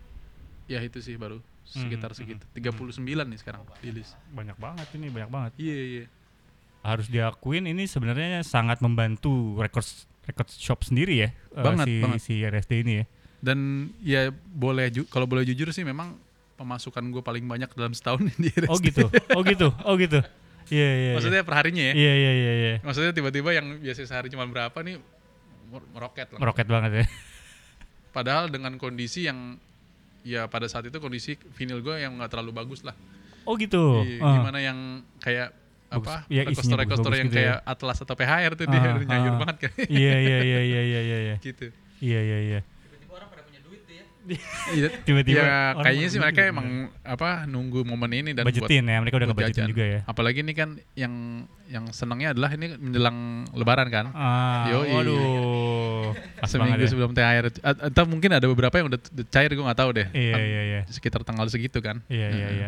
ya itu sih baru sekitar Mhm, segitu. mhm, tiga puluh sembilan nih sekarang rilis. Banyak banget ini, banyak banget. Iya iya. Harus diakuin ini sebenarnya sangat membantu record record shop sendiri ya. eh, Banget, si, banget. si R S D ini ya. Dan ya boleh ju- kalau boleh jujur sih memang pemasukan gue paling banyak dalam setahun di R S D. Oh gitu. Oh gitu. Oh gitu. Iya iya. iya. Maksudnya perharinya ya. Iya iya iya iya. Maksudnya tiba-tiba yang biasa sehari cuma berapa nih mer- meroket lah. Meroket banget ya. Padahal dengan kondisi yang ya pada saat itu kondisi vinyl gue yang nggak terlalu bagus lah. Oh gitu. Iya, Ah. Gimana yang kayak Bagus. apa? Iya, isinya Rekostor-rekostor bagus-bagus yang gitu ya. kayak Atlas atau P H R tuh Ah, dia ah. nyayur banget kan. Iya iya iya iya iya iya iya. Gitu. Iya iya iya. Tiba-tiba orang pada punya duit tuh ya. Iya, Tiba-tiba ya orang kayaknya sih begitu, mereka bener. emang apa nunggu momen ini dan buat Budgetin ya, mereka udah buat ngebudgetin jajan. juga ya. Apalagi ini kan yang yang senangnya adalah ini menjelang Lebaran kan. Ah, Yoi. waduh. Pas Seminggu banget ya. sebelum T H R. A- Atau mungkin ada beberapa yang udah, udah cair gue nggak tahu deh. Iya Kan iya iya. sekitar tanggal segitu kan. Iya iya Heeh. iya.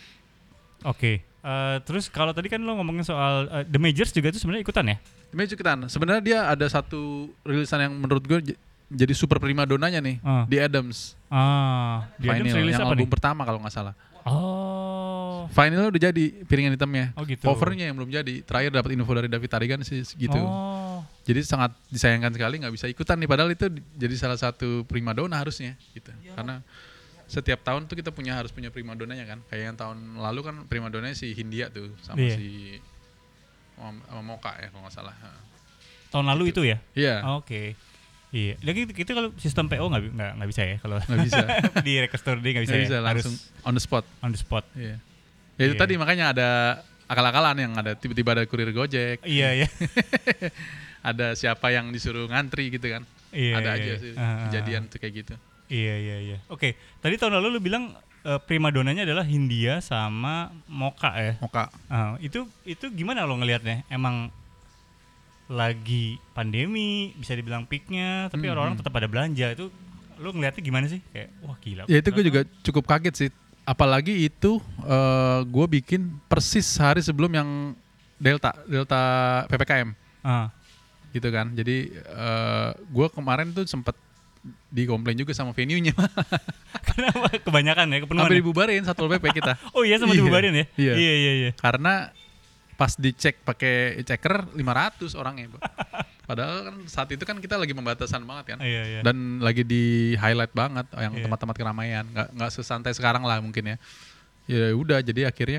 Oke. Eh, terus kalau tadi kan lo ngomongin soal eh, The Majors juga itu sebenarnya ikutan ya? Tapi cekitan. Sebenarnya dia ada satu rilisan yang menurut gue j- jadi super prima donanya nih. Ah. The Adams. Ah, di Adams Vinyl rilis yang apa album nih? pertama kalau nggak salah. Oh. Vinylnya udah jadi piringan hitamnya. Oh gitu. Covernya yang belum jadi. Terakhir dapat info dari David Tarigan sih gitu. Oh. Jadi sangat disayangkan sekali nggak bisa ikutan nih. Padahal itu di- jadi salah satu primadona harusnya gitu. Karena setiap tahun tuh kita punya harus punya primadonanya kan. Kayak yang tahun lalu kan primadonanya si Hindia tuh sama Iya. si sama, sama Moka ya kalau nggak salah. Tahun lalu itu ya? Iya. Oke. Iya. Lagi kita kalau sistem P O nggak bi- nggak nggak bisa ya kalau Nggak bisa. di record store dia nggak bisa, Nggak bisa ya? langsung Harus on the spot. on the spot. Iya. Ya itu Iya. tadi makanya ada akal-akalan yang ada tiba-tiba ada kurir Gojek, Iya iya. ada siapa yang disuruh ngantri gitu kan. Iya, ada iya, aja iya. sih Ah, kejadian tuh kayak gitu. Iya iya iya. Oke. Tadi tahun lalu lu bilang eh, primadonanya adalah Hindia sama Moka ya. Moka. Ah, itu itu gimana lo ngelihatnya? Emang lagi pandemi bisa dibilang peaknya, tapi Mhm. orang-orang tetap pada belanja itu. Lo ngelihatnya gimana sih? Kayak wah gila. Ya itu gue juga cukup kaget sih. Apalagi itu eh, gue bikin persis sehari sebelum yang Delta, Delta P P K M Ah. gitu kan. Jadi eh, gue kemarin tuh sempet dikomplain juga sama venue-nya. Kenapa? Kebanyakan ya kepenuhan. Sampai ya? dibubarin Satpol P P kita. Oh iya sama Iya. dibubarin ya? Iya. Iya iya iya. Karena pas dicek pakai checker lima ratus orangnya, Pak. Padahal kan saat itu kan kita lagi pembatasan banget kan. Iya iya. Dan lagi di highlight banget yang Iya. tempat-tempat keramaian, nggak nggak sesantai sekarang lah mungkin ya. Ya udah, jadi akhirnya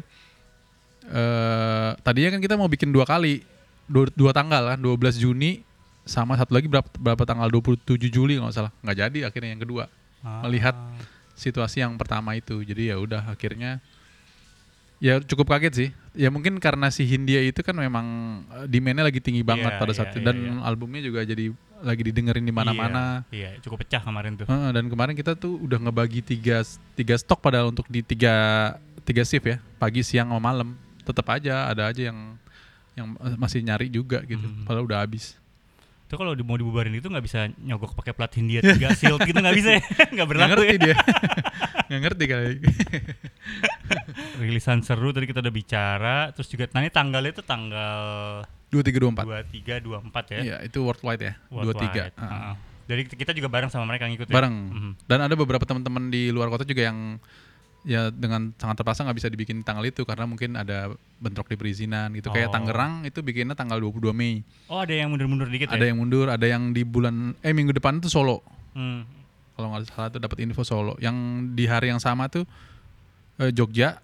eh tadinya kan kita mau bikin dua kali, dua, dua tanggal kan, dua belas Juni sama satu lagi berapa berapa tanggal dua puluh tujuh Juli kalau nggak salah. Nggak jadi akhirnya yang kedua. Ah. Melihat situasi yang pertama itu, jadi ya udah akhirnya Ya cukup kaget sih. Ya mungkin karena si Hindia itu kan memang eh, demand-nya lagi tinggi banget Iya, pada iya, saat itu iya, dan iya. albumnya juga jadi lagi didengerin di mana-mana. Iya, iya, cukup pecah kemarin tuh. Heeh, dan kemarin kita tuh udah ngebagi tiga tiga stok padahal untuk di tiga tiga shift ya, pagi, siang, sama malam. Tetap aja ada aja yang yang masih nyari juga gitu. Mhm. Padahal udah habis. Itu kalau di- mau dibubarin itu nggak bisa nyogok pakai plat Hindia tiga shield gitu nggak bisa ya? Nggak Nggak berlaku ngerti ya. dia. Nggak ngerti kali. Rilisan seru tadi kita udah bicara, terus juga nanti tanggalnya itu tanggal dua tiga dua empat. dua puluh tiga dua puluh empat ya. Iya, itu worldwide ya. dua tiga. Worldwide. Heeh. Jadi kita juga bareng sama mereka ngikut ya. Bareng. Mhm. Dan ada beberapa teman-teman di luar kota juga yang ya dengan sangat terpaksa nggak bisa dibikin di tanggal itu karena mungkin ada bentrok di perizinan gitu. Kayak Oh. Tangerang itu bikinnya tanggal dua puluh dua Mei. Oh, ada yang mundur-mundur dikit Ada ya? yang mundur, ada yang di bulan eh minggu depan itu Solo. Hmm. Kalau nggak salah tuh dapat info Solo. Yang di hari yang sama tuh eh, Jogja,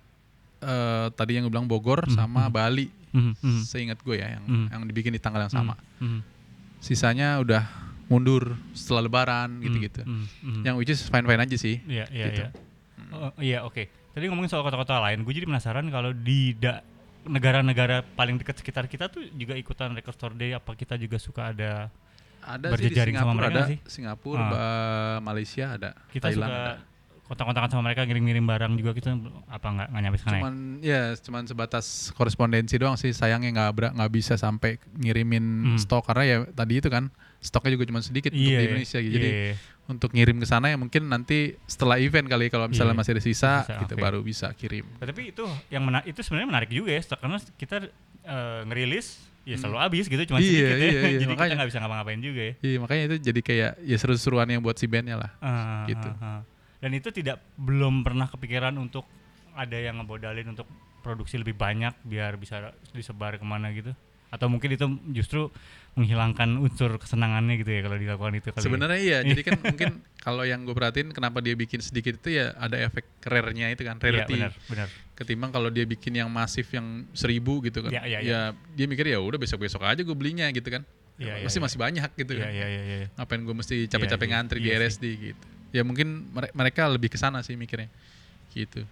eh, tadi yang gue bilang Bogor Hmm, sama hmm. Bali. Mhm, mhm. Seingat gue ya yang Hmm. yang dibikin di tanggal yang sama. Mhm, Sisanya udah mundur setelah Lebaran mhm, gitu-gitu. mhm, mhm. Yang which is fine-fine aja sih. Iya, iya, gitu. iya. Oh, iya, oke. Tadi ngomongin soal kota-kota lain, gue jadi penasaran kalau di da- negara-negara paling dekat sekitar kita tuh juga ikutan Record Store Day, apa kita juga suka ada Ada sih di berjejaring sama Singapura mereka ada, nggak sih? Singapura, Ah. ba- Malaysia ada, kita Thailand suka ada. kontak-kontakan sama mereka, ngirim-ngirim barang juga kita apa nggak nggak nyampe sana ya? Cuman ya cuman sebatas korespondensi doang sih, sayangnya nggak bera- nggak bisa sampai ngirimin Hmm. stok karena ya tadi itu kan stoknya juga cuma sedikit untuk Iya, di iya. Indonesia gitu. Iya, Jadi iya. untuk ngirim ke sana ya mungkin nanti setelah event kali kalau misalnya Iya, masih ada sisa, sisa, gitu oke. baru bisa kirim. Nah, tapi itu yang mena- itu sebenarnya menarik juga ya, karena kita eh, ngerilis ya selalu habis gitu, cuma Iya, sedikit ya. iya, iya, Jadi kita makanya. nggak bisa ngapa-ngapain juga ya. Iya makanya itu jadi kayak ya seru-seruan yang buat si bandnya lah. Ah, Gitu. ah, ah. Dan itu tidak belum pernah kepikiran untuk ada yang ngebodalin untuk produksi lebih banyak biar bisa disebar kemana gitu, atau mungkin itu justru menghilangkan unsur kesenangannya gitu ya kalau dilakukan itu kali ya? Sebenarnya iya, jadi kan mungkin kalau yang gue perhatiin kenapa dia bikin sedikit itu ya ada efek rare-nya itu kan, Iya, rarity. benar, benar. Ketimbang kalau dia bikin yang masif yang seribu gitu kan, Iya, iya, ya iya. dia mikir ya udah besok-besok aja gue belinya gitu kan, Iya, iya, masih iya. masih banyak gitu Iya, kan, iya, iya, iya. ngapain gue mesti capek-capek iya, ngantri iya di R S D gitu. Ya mungkin mere- mereka lebih ke sana sih mikirnya, gitu.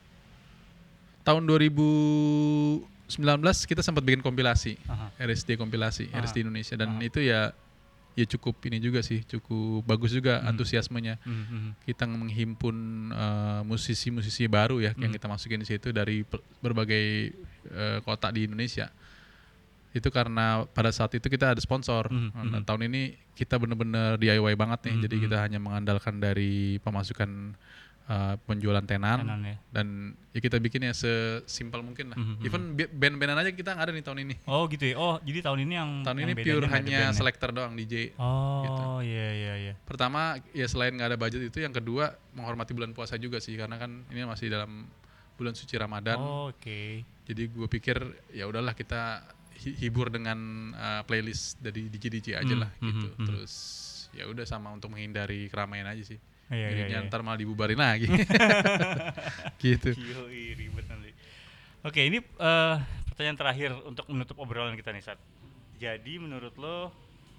Tahun dua ribu sembilan belas kita sempat bikin kompilasi, Aha. R S D kompilasi, Aha. R S D Indonesia dan Aha. itu ya ya cukup ini juga sih, cukup bagus juga Hmm. antusiasmenya. Mhm, mhm. Kita menghimpun uh, musisi-musisi baru ya yang Hmm. kita masukin di situ dari per- berbagai uh, kota di Indonesia. Itu karena pada saat itu kita ada sponsor. Hmm, Nah, hmm. tahun ini kita benar-benar D I Y banget nih. Hmm, Jadi hmm. kita hanya mengandalkan dari pemasukan uh, penjualan tenan, Tenan ya. dan ya kita bikinnya sesimpel mungkin lah. Hmm, hmm. Even bi- band-bandan aja kita nggak ada nih tahun ini. Oh gitu ya. Oh, jadi tahun ini yang Tahun yang ini bedanya pure nggak ada hanya band ya? selector doang D J. Oh, gitu. iya, iya, iya. Pertama ya selain nggak ada budget itu, yang kedua menghormati bulan puasa juga sih, karena kan ini masih dalam bulan suci Ramadan. Oh, oke. Jadi gue pikir ya udahlah kita hi- hibur dengan uh, playlist dari D J D J aja Hmm, lah hmm, gitu. hmm. Terus ya udah sama untuk menghindari keramaian aja sih. Iya, iya, Jadinya iya. ntar malah dibubarin lagi. gitu. Yoi, ribet nanti. Oke, ini eh, pertanyaan terakhir untuk menutup obrolan kita nih, Sat. Jadi menurut lo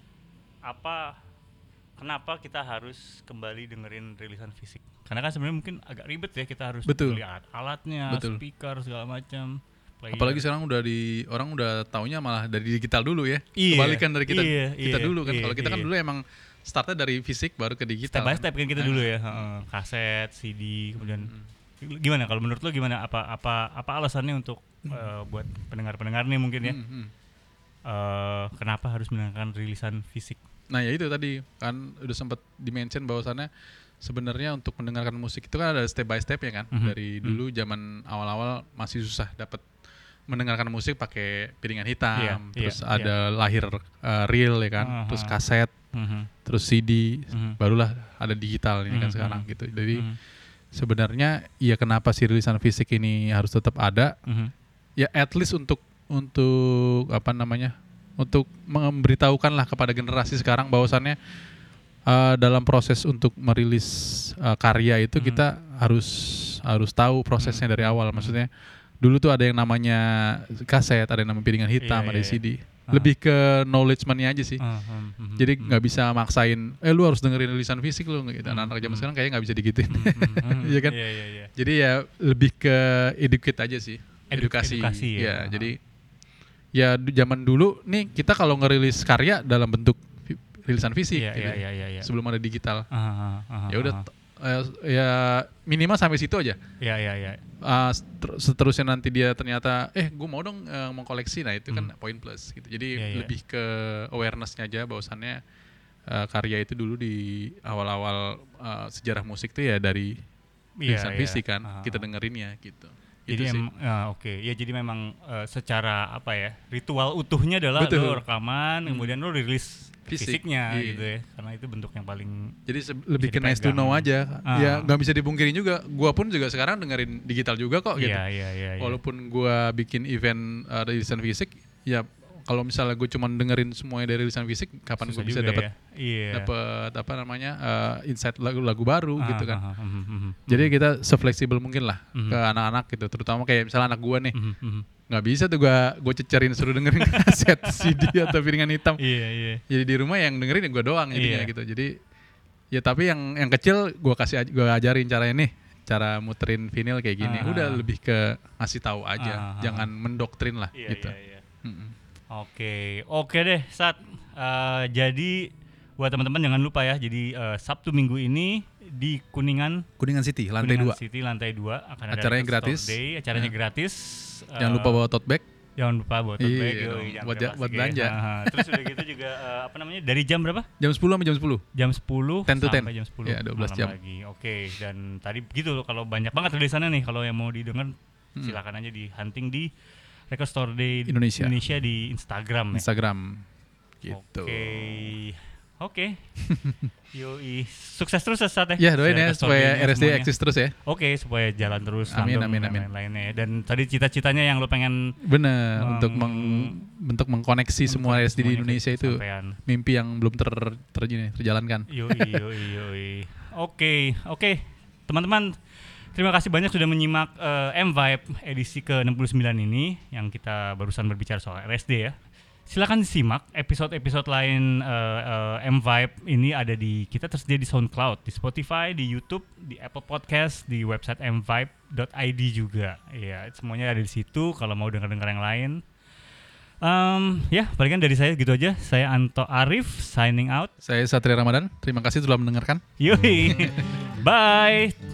apa kenapa kita harus kembali dengerin rilisan fisik? Karena kan sebenarnya mungkin agak ribet ya, kita harus Betul. beli alat- alatnya, Betul. speaker segala macam. player. Apalagi sekarang udah di orang udah taunya malah dari digital dulu ya. Iya, Kebalikan dari kita iya, kita iya, dulu kan. iya, Kalau kita kan iya. dulu emang startnya dari fisik baru ke digital. step by kan. step kan kita Nah, dulu ya, heeh. Kaset, C D, kemudian Hmm. gimana kalau menurut lo gimana apa apa apa alasannya untuk eh, buat pendengar-pendengar nih mungkin ya Hmm, hmm. eh, kenapa harus mendengarkan rilisan fisik? Nah ya itu tadi kan udah sempat dimention bahwasannya sebenarnya untuk mendengarkan musik itu kan ada step by step ya kan. Mhm. Dari dulu zaman awal-awal masih susah dapat mendengarkan musik pakai piringan hitam, Iya, terus iya, ada lahir uh, reel ya kan, Aha. terus kaset, Mhm, terus C D, mhm, barulah ada digital ini kan Mhm, sekarang mhm. gitu. Jadi mhm, sebenarnya ya kenapa si rilisan fisik ini harus tetap ada? mhm. Ya at least untuk untuk apa namanya, untuk memberitahukan lah kepada generasi sekarang bahwasannya uh, dalam proses untuk merilis uh, karya itu Hmm. kita harus harus tahu prosesnya dari awal. Maksudnya dulu tuh ada yang namanya kaset, ada yang namanya piringan hitam, Iya, ada iya, C D. Ah. Lebih ke knowledge-nya aja sih. Ah, mhm, mhm, Jadi mhm. nggak bisa maksain, eh lu harus dengerin rilisan fisik lu gitu. Hmm, Anak-anak zaman hmm. sekarang kayaknya nggak bisa digituin. Mhm, mhm. Iya kan? Iya, iya, iya. Jadi ya lebih ke educate aja sih. Edu- edukasi. edukasi ya. Ya, jadi ya du- zaman dulu nih kita kalau ngerilis karya dalam bentuk fi- rilisan fisik Iya, gitu iya, ya, iya, iya, iya. sebelum ada digital. Ah, ah, ah, Ya udah ah. t- eh, ya minimal sampai situ aja. Iya, iya, iya. Uh, seter- seterusnya nanti dia ternyata eh gue mau dong uh, mengkoleksi, nah itu kan poin plus gitu. Jadi Iya, iya. lebih ke awareness-nya aja bahwasannya uh, karya itu dulu di awal-awal uh, sejarah musik tuh ya dari Iya, rilisan iya. fisik kan, Ah, kita ah. dengerinnya gitu. Jadi Itu sih. em, ah, oke, ya jadi memang eh, secara apa ya, ritual utuhnya adalah Betul. lo rekaman, kemudian lo rilis Fisik, fisiknya iya. gitu ya, karena itu bentuk yang paling Jadi se- lebih bisa ke nice to dipegang. know aja. Ah. Ya nggak bisa dipungkirin juga. Gua pun juga sekarang dengerin digital juga kok gitu. iya, iya, iya, iya. Walaupun gua bikin event uh, rilisan fisik, ya kalau misalnya gue cuma dengerin semuanya dari rilisan fisik, kapan Susah gue bisa juga dapat ya. Iya. dapat apa namanya uh, insight lagu-lagu baru Ah, gitu kan. ah, ah, mhm, mhm. Jadi kita sefleksibel mungkin lah Mhm. ke anak-anak gitu, terutama kayak misalnya anak gua nih, Mhm, mhm. nggak bisa tuh gua gue cecerin suruh dengerin kaset C D atau piringan hitam. Iya, iya. Jadi di rumah yang dengerin ya gue doang jadinya Iya. gitu. Jadi ya tapi yang yang kecil gua kasih aj- gua ajarin caranya nih, cara muterin vinil kayak gini. Ah. Udah lebih ke ngasih tahu aja, Ah. jangan mendoktrin lah Iya, gitu. iya, iya. Mm-mm. Oke, oke deh, Sat. Eh, jadi buat teman-teman jangan lupa ya. Jadi eh, Sabtu Minggu ini di Kuningan, Kuningan City lantai Kuningan dua. City lantai dua akan ada Acaranya Record gratis. Store Day, acaranya Ya. gratis. Jangan Eh, lupa bawa tote bag. Jangan lupa buat tote bag, Iya yoi, dong, jangan buat pakai ja- buat plastik ya. belanja. Ha, ha. Terus udah gitu juga eh, apa namanya? Dari jam berapa? Jam sepuluh sampai jam sepuluh. Jam sepuluh ten to ten. sampai jam sepuluh Ya, dua belas malam jam. lagi. Oke, dan tadi begitu loh, kalau banyak banget rilisannya nih, kalau yang mau didengar Hmm. silakan aja di hunting di Record Store Day Indonesia. di Instagram ya. Instagram gitu. Oke. Oke. Yoi. Sukses terus ya Sat ya. Ya doain ya Record Store supaya Day-nya R S D semuanya. eksis terus ya. Oke, supaya jalan terus Amin, fandom amin, dan amin. lain-lainnya ya. Dan tadi cita-citanya yang lo pengen Bener, Meng- untuk meng, bentuk mengkoneksi semua R S D di semuanya Indonesia itu kesampaian. mimpi yang belum ter, ter, ini, terjalankan. Yoi, yoi, yoi. Oke, oke. Teman-teman, terima kasih banyak sudah menyimak eh, M-Vibe edisi ke enam puluh sembilan ini yang kita barusan berbicara soal R S D ya. Silakan disimak episode-episode lain eh, eh, M-Vibe ini ada di kita tersedia di SoundCloud, di Spotify, di YouTube, di Apple Podcast, di website m vibe dot i d juga. Iya, semuanya ada di situ kalau mau dengar-dengar yang lain. Em, ya, palingan dari saya gitu aja. Saya Anto Arif signing out. Saya Satria Ramadan, terima kasih telah mendengarkan. Yoi. Bye.